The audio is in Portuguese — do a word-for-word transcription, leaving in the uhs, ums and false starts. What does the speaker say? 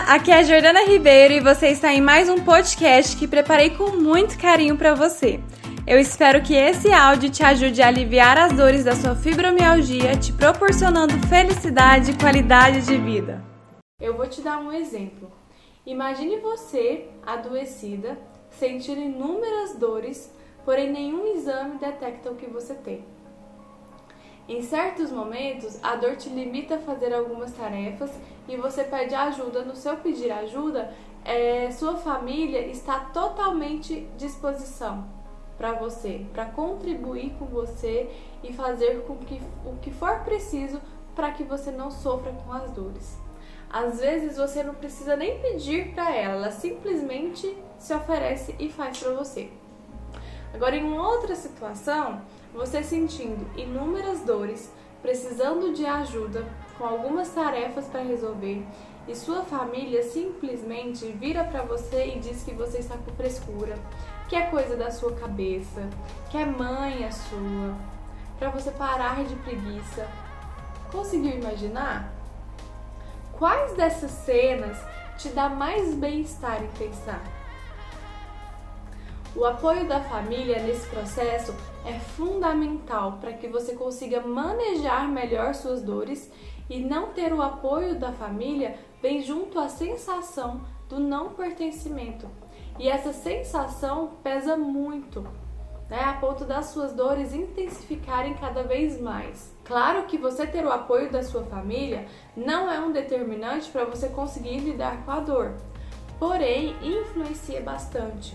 aqui é a Jordana Ribeiro e você está em mais um podcast que preparei com muito carinho para você. Eu espero que esse áudio te ajude a aliviar as dores da sua fibromialgia, te proporcionando felicidade e qualidade de vida. Eu vou te dar um exemplo. Imagine você, adoecida, sentindo inúmeras dores, porém nenhum exame detecta o que você tem. Em certos momentos, a dor te limita a fazer algumas tarefas e você pede ajuda. No seu pedir ajuda, é, sua família está totalmente à disposição para você, para contribuir com você e fazer com que o que for preciso para que você não sofra com as dores. Às vezes você não precisa nem pedir para ela, ela simplesmente se oferece e faz para você. Agora, em uma outra situação, você sentindo inúmeras dores, precisando de ajuda, com algumas tarefas para resolver, e sua família simplesmente vira para você e diz que você está com frescura, que é coisa da sua cabeça, que é manha sua, para você parar de preguiça. Conseguiu imaginar? Quais dessas cenas te dá mais bem-estar em pensar? O apoio da família nesse processo é fundamental para que você consiga manejar melhor suas dores, e não ter o apoio da família vem junto à sensação do não pertencimento. E essa sensação pesa muito, né, a ponto das suas dores intensificarem cada vez mais. Claro que você ter o apoio da sua família não é um determinante para você conseguir lidar com a dor, porém influencia bastante.